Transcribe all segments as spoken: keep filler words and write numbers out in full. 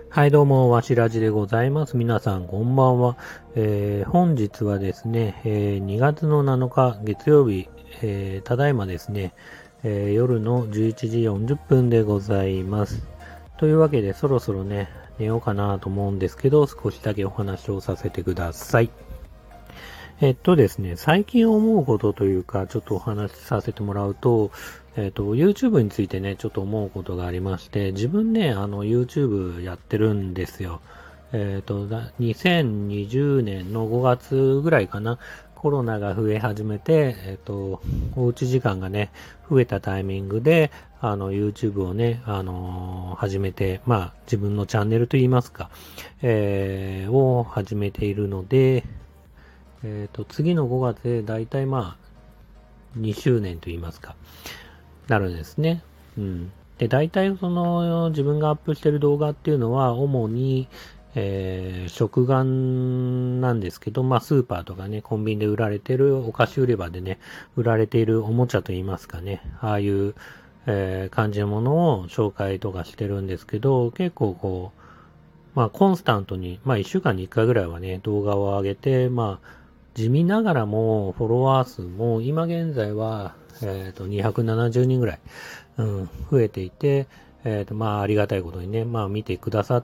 はいどうも、わしらじでございます。皆さんこんばんは。えー、本日はですね、えー、にがつのなのか月曜日、えー、ただいまですね、えー、夜のじゅういちじよんじゅっぷんでございます。というわけでそろそろね、寝ようかなと思うんですけど、少しだけお話をさせてください。えっとですね、最近思うことというか、ちょっとお話しさせてもらうと、えっと、YouTube についてね、ちょっと思うことがありまして、自分ね、あの、YouTube やってるんですよ。えっと、にせんにじゅうねんのごがつぐらいかな、コロナが増え始めて、えっと、おうち時間がね、増えたタイミングで、あの、YouTube をね、あのー始めて、まあ、自分のチャンネルといいますか、えー、を始めているので、えっと、次のごがつでだいたいまあ、にしゅうねんと言いますか、なるんですね。うん。で、大体その、自分がアップしてる動画っていうのは、主に、えー、食玩なんですけど、まあ、スーパーとかね、コンビニで売られてる、お菓子売り場でね、売られているおもちゃと言いますかね、ああいう、えー、感じのものを紹介とかしてるんですけど、結構こう、まあ、コンスタントに、まあ、いっしゅうかんにいっかいぐらいはね、動画を上げて、まあ、地味ながらも、フォロワー数も、今現在は、えっと、にひゃくななじゅうにんぐらい、うん、増えていて、えっと、まあ、ありがたいことにね、まあ、見てくださって、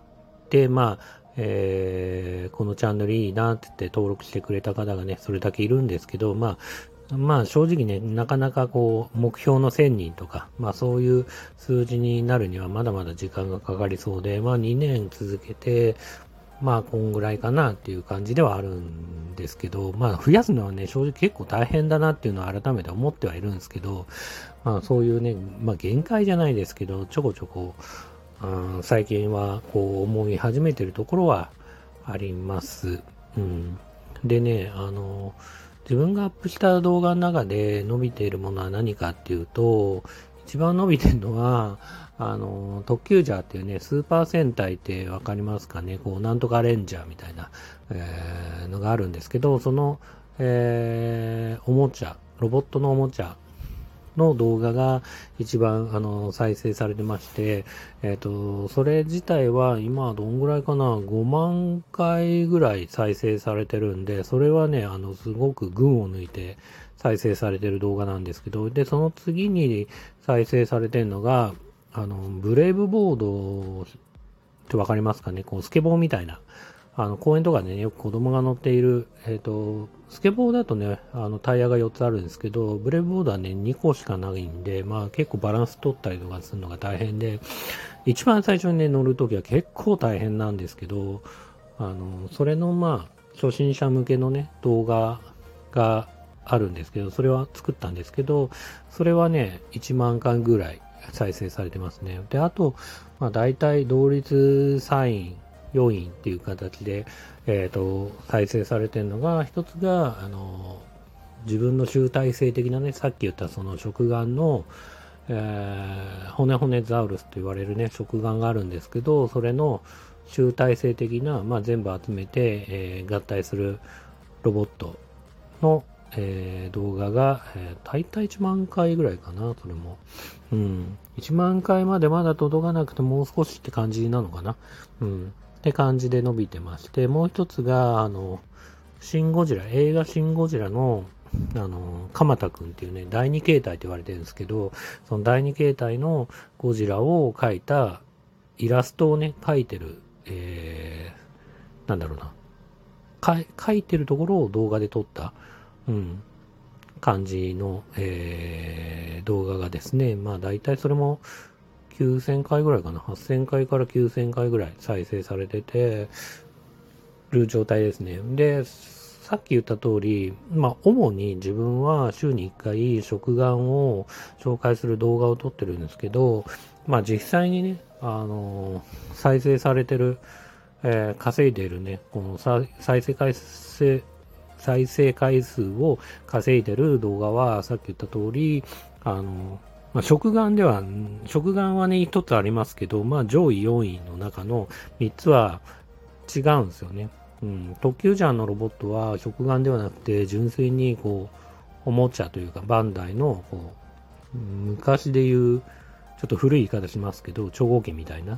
まあ、えー、このチャンネルいいなって言って登録してくれた方がね、それだけいるんですけど、まあ、まあ正直ね、なかなかこう、目標のせんにんとか、まあそういう数字になるにはまだまだ時間がかかりそうで、まあにねん続けて、まあこんぐらいかなっていう感じではあるんですけど、まあ増やすのはね、正直結構大変だなっていうのは改めて思ってはいるんですけど、まあそういうね、まあ限界じゃないですけど、ちょこちょこ、うん、最近はこう思い始めてるところはあります。うん。でね、あの、自分がアップした動画の中で伸びているものは何かっていうと、一番伸びてるのは、あの、特急ジャーっていうね、スーパー戦隊ってわかりますかね、こう、なんとかレンジャーみたいな、えーのがあるんですけど、その、えーおもちゃ、ロボットのおもちゃの動画が一番あの再生されてまして、えっと、それ自体は今どんぐらいかな、ごまんかいぐらい再生されてるんで、それはね、あの、すごく群を抜いて再生されてる動画なんですけど、で、その次に再生されてるのが、あの、ブレイブボードってわかりますかね、こう、スケボーみたいな。あの、公園とかでね、よく子供が乗っている、えっと、スケボーだとね、あの、タイヤがよっつあるんですけど、ブレイブボードはね、にこしかないんで、まあ結構バランス取ったりとかするのが大変で、一番最初にね、乗るときは結構大変なんですけど、あの、それのまあ、初心者向けのね、動画があるんですけど、それは作ったんですけど、それはね、いちまんかいぐらい再生されてますね。で、あと、まあ大体同率さんい、よんいっていう形で、えっ、と、再生されてるのが、一つが、あの、自分の集大成的なね、さっき言ったその食玩の、えー、骨骨ザウルスと言われるね、食玩があるんですけど、それの集大成的な、まあ、全部集めて、えー合体するロボットの、えー動画が、えー大体いちまんかいぐらいかな、それも。うん。いちまんかいまでまだ届かなくてもう少しって感じなのかな。うん。って感じで伸びてまして、もう一つが、あの、シン・ゴジラ、映画シン・ゴジラの、あの、鎌田くんっていうね、第二形態って言われてるんですけど、その第二形態のゴジラを描いたイラストをね、描いてる、えー、なんだろうな、か描いてるところを動画で撮った、うん、感じの、えー、動画がですね、まあ大体それもきゅうせんかいぐらいかな、はっせんかいからきゅうせんかいぐらい再生されててる状態ですね。で、さっき言った通り、まあ主に自分は週にいっかい食玩を紹介する動画を撮ってるんですけど、まあ実際にね、あの再生されてる、えー稼いでいるね、この再再生回数、再生回数を稼いでる動画は、さっき言った通り、あの、まあ、食玩では、食玩はね、一つありますけど、まあ、上位よんいの中のみっつは違うんですよね。うん。特急ジャーのロボットは食玩ではなくて、純粋に、こう、おもちゃというか、バンダイの、こう、昔で言う、ちょっと古い言い方しますけど、超合金みたいな、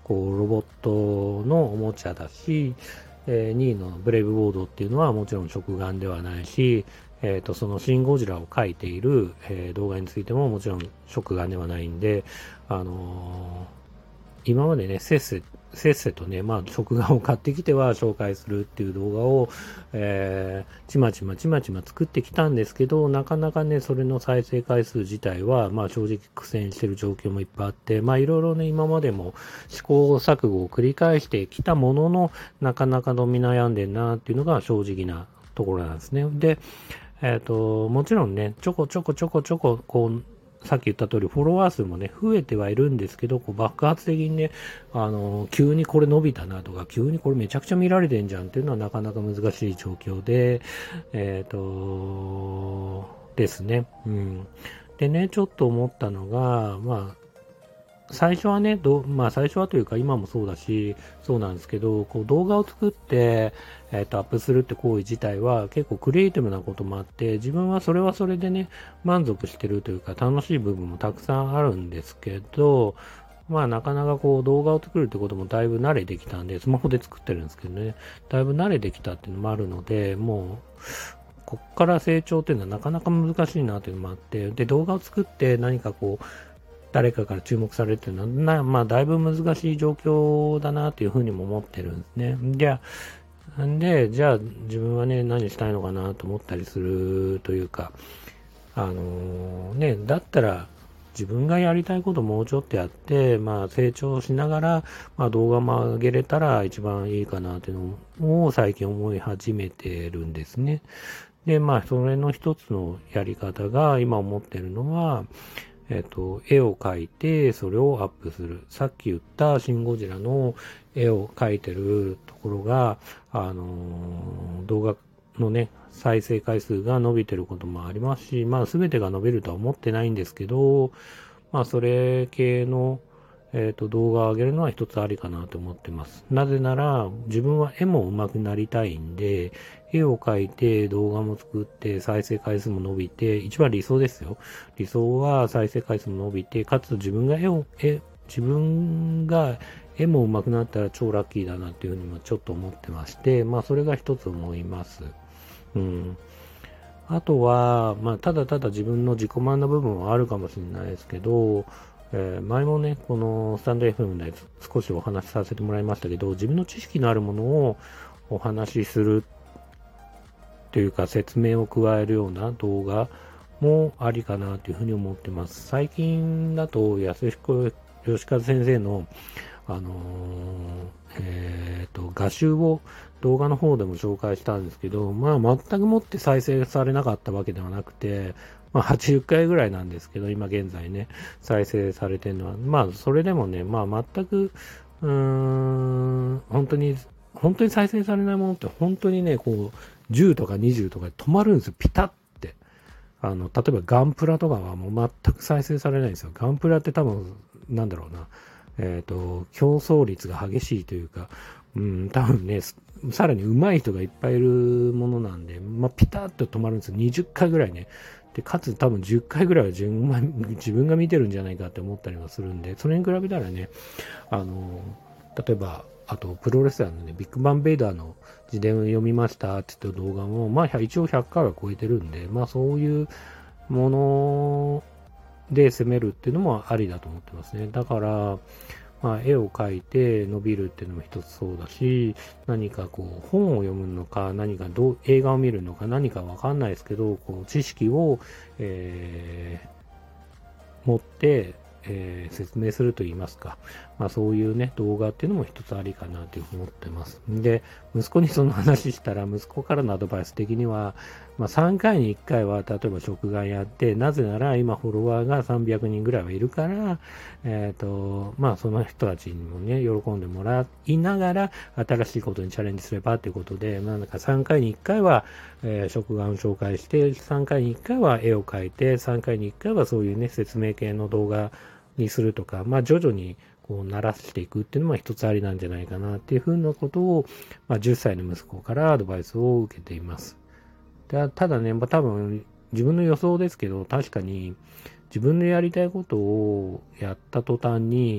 こう、ロボットのおもちゃだし、えー、にいのブレイブボードっていうのはもちろん食玩ではないし、えっと、そのシン・ゴジラを描いている、えー、動画についてももちろん食玩ではないんで、あのー今までね、せっせ、せっせとね、まあ、食玩を買ってきては紹介するっていう動画を、えー、ちまちまちまちま作ってきたんですけど、なかなかね、それの再生回数自体は、まあ、正直苦戦してる状況もいっぱいあって、まあ、いろいろね、今までも試行錯誤を繰り返してきたものの、なかなか伸び悩んでんなっていうのが正直なところなんですね。で、えっと、もちろんね、ちょこちょこちょこちょこ、こう、さっき言った通り、フォロワー数もね、増えてはいるんですけど、こう爆発的にね、あの、急にこれ伸びたなとか、急にこれめちゃくちゃ見られてんじゃんっていうのはなかなか難しい状況で、えっと、ですね。うん。でね、ちょっと思ったのが、まあ、最初はね、どまあ最初はというか今もそうだし、そうなんですけど、こう動画を作って、えっと、アップするって行為自体は結構クリエイティブなこともあって、自分はそれはそれでね、満足してるというか楽しい部分もたくさんあるんですけど、まあなかなかこう動画を作るってこともだいぶ慣れてきたんで、スマホで作ってるんですけどね、だいぶ慣れてきたっていうのもあるので、もう、こっから成長っていうのはなかなか難しいなというのもあって、で、動画を作って何かこう、誰かから注目されるっていうのは、なまあ、だいぶ難しい状況だなというふうにも思ってるんですね。じゃあ、んで、じゃあ自分はね、何したいのかなと思ったりするというか、あのーね、だったら自分がやりたいこともうちょっとやって、まあ成長しながら、まあ動画も上げれたら一番いいかなっていうのを最近思い始めてるんですね。で、まあそれの一つのやり方が今思ってるのは、えっと、絵を描いて、それをアップする。さっき言ったシン・ゴジラの絵を描いてるところが、あのー動画のね、再生回数が伸びてることもありますし、まあ、すべてが伸びるとは思ってないんですけど、まあ、それ系の、えっと、動画を上げるのは一つありかなと思ってます。なぜなら、自分は絵も上手くなりたいんで、絵を描いて動画も作って再生回数も伸びて、一番理想ですよ。理想は再生回数も伸びて、かつ自分が絵を、絵、自分が絵も上手くなったら超ラッキーだなっていうふうにもちょっと思ってまして、まあそれが一つ思います。うん。あとは、まあただただ自分の自己満な部分はあるかもしれないですけど、えー前もね、このスタンド エフエム で少しお話しさせてもらいましたけど、自分の知識のあるものをお話しするというか説明を加えるような動画もありかなというふうに思ってます。最近だと安彦義和先生のあのーえーと、画集を動画の方でも紹介したんですけど、まあ全くもって再生されなかったわけではなくて、まあはちじゅっかいぐらいなんですけど、今現在ね、再生されてるのは、まあそれでもね、まあ全く、うーん、本当に、本当に再生されないものって本当にね、こう、じゅうとかにじゅうとかで止まるんですよ、ピタッて。あの、例えばガンプラとかはもう全く再生されないんですよ。ガンプラって多分、なんだろうな、えっと、競争率が激しいというか、うん、多分ね、さらに上手い人がいっぱいいるものなんで、まあ、ピタッと止まるんですよ。にじゅっかいぐらいね。で、かつ多分じゅっかいぐらいは自分自分が見てるんじゃないかって思ったりはするんで、それに比べたらね、あの、例えば、あと、プロレスラーのね、ビッグバンベイダーの自伝を読みましたって言った動画も、まあ、一応ひゃっかいは超えてるんで、まあ、そういうもので攻めるっていうのもありだと思ってますね。だから、まあ、絵を描いて伸びるっていうのも一つそうだし、何かこう本を読むのか、何かどう映画を見るのか何かわかんないですけど、こう知識を、えー持って、えー説明すると言いますか、まあそういうね、動画っていうのも一つありかなというふうに思ってます。で、息子にその話したら、息子からのアドバイス的には、まあさんかいにいっかいは、例えば食玩やって、なぜなら今フォロワーがさんびゃくにんぐらいはいるから、えっ、と、まあその人たちにもね、喜んでもらいながら、新しいことにチャレンジすればということで、まあなんかさんかいにいっかいは、えー食玩を紹介して、さんかいにいっかいは絵を描いて、さんかいにいっかいはそういうね、説明系の動画にするとか、まあ徐々にこう慣らしていくっていうのも一つありなんじゃないかなっていうふうなことを、まあじゅっさいの息子からアドバイスを受けています。たただね、まあ多分自分の予想ですけど、確かに自分のやりたいことをやった途端に、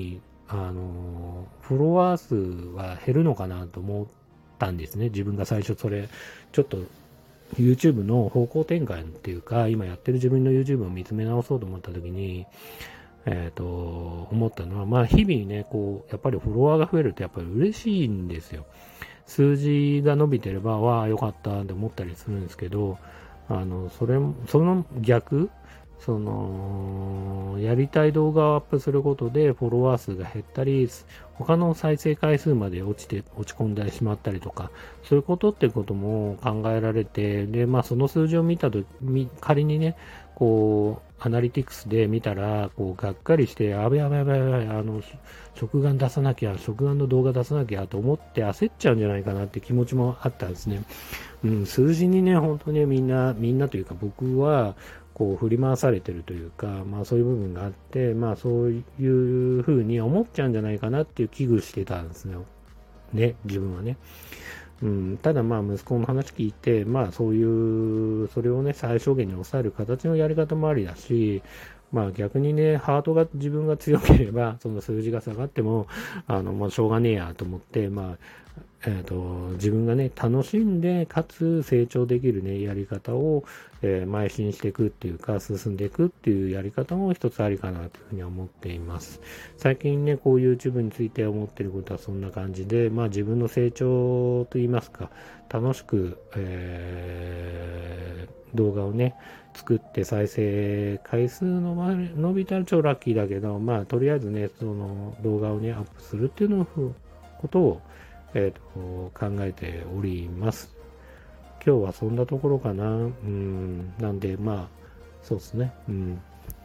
あの、フォロワー数は減るのかなと思ったんですね。自分が最初それ、ちょっと YouTube の方向転換っていうか、今やってる自分の YouTube を見つめ直そうと思った時に、えっと、思ったのは、まあ日々ね、こう、やっぱりフォロワーが増えるとやっぱり嬉しいんですよ。数字が伸びてれば、わあ、よかったって思ったりするんですけど、あの、それ、その逆、その、やりたい動画をアップすることでフォロワー数が減ったり、他の再生回数まで落ちて、落ち込んでしまったりとか、そういうことってことも考えられて、で、まあその数字を見たとき、仮にね、こう、アナリティクスで見たら、こう、がっかりして、あべやべやべやべ、あの、食玩出さなきゃ、食玩の動画出さなきゃと思って焦っちゃうんじゃないかなって気持ちもあったんですね。うん、数字にね、本当にみんな、みんなというか僕は、こう振り回されてるというか、まあそういう部分があって、まあそういうふうに思っちゃうんじゃないかなっていう危惧してたんですよ。ね、自分はね。うん、ただまあ息子の話聞いて、まあそういう、それをね、最小限に抑える形のやり方もありだし、まあ逆にね、ハートが自分が強ければ、その数字が下がっても、あの、まあしょうがねえやと思って、まあ、えっと、自分がね、楽しんで、かつ成長できるね、やり方を、えー、邁進していくっていうか、進んでいくっていうやり方も一つありかなというふうに思っています。最近ね、こう YouTube について思っていることはそんな感じで、まあ自分の成長といいますか、楽しく、えー、動画をね、作って再生回数の伸びたら超ラッキーだけど、まあとりあえずね、その動画をね、アップするっていうのことを、えー、と考えております。今日はそんなところかな。うん、なんで、まあ、そうですね。うん。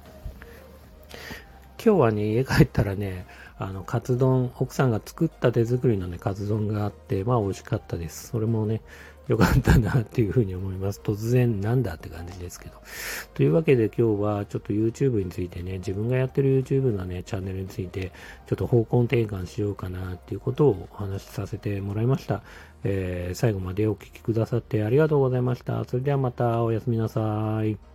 今日はね、家帰ったらね、あの、カツ丼、奥さんが作った手作りのね、カツ丼があって、まあ美味しかったです。それもね、良かったなっていうふうに思います。突然なんだって感じですけど。というわけで今日はちょっと YouTube についてね、自分がやってる YouTube のね、チャンネルについて、ちょっと方向転換しようかなっていうことをお話しさせてもらいました。えー、最後までお聞きくださってありがとうございました。それではまたおやすみなさい。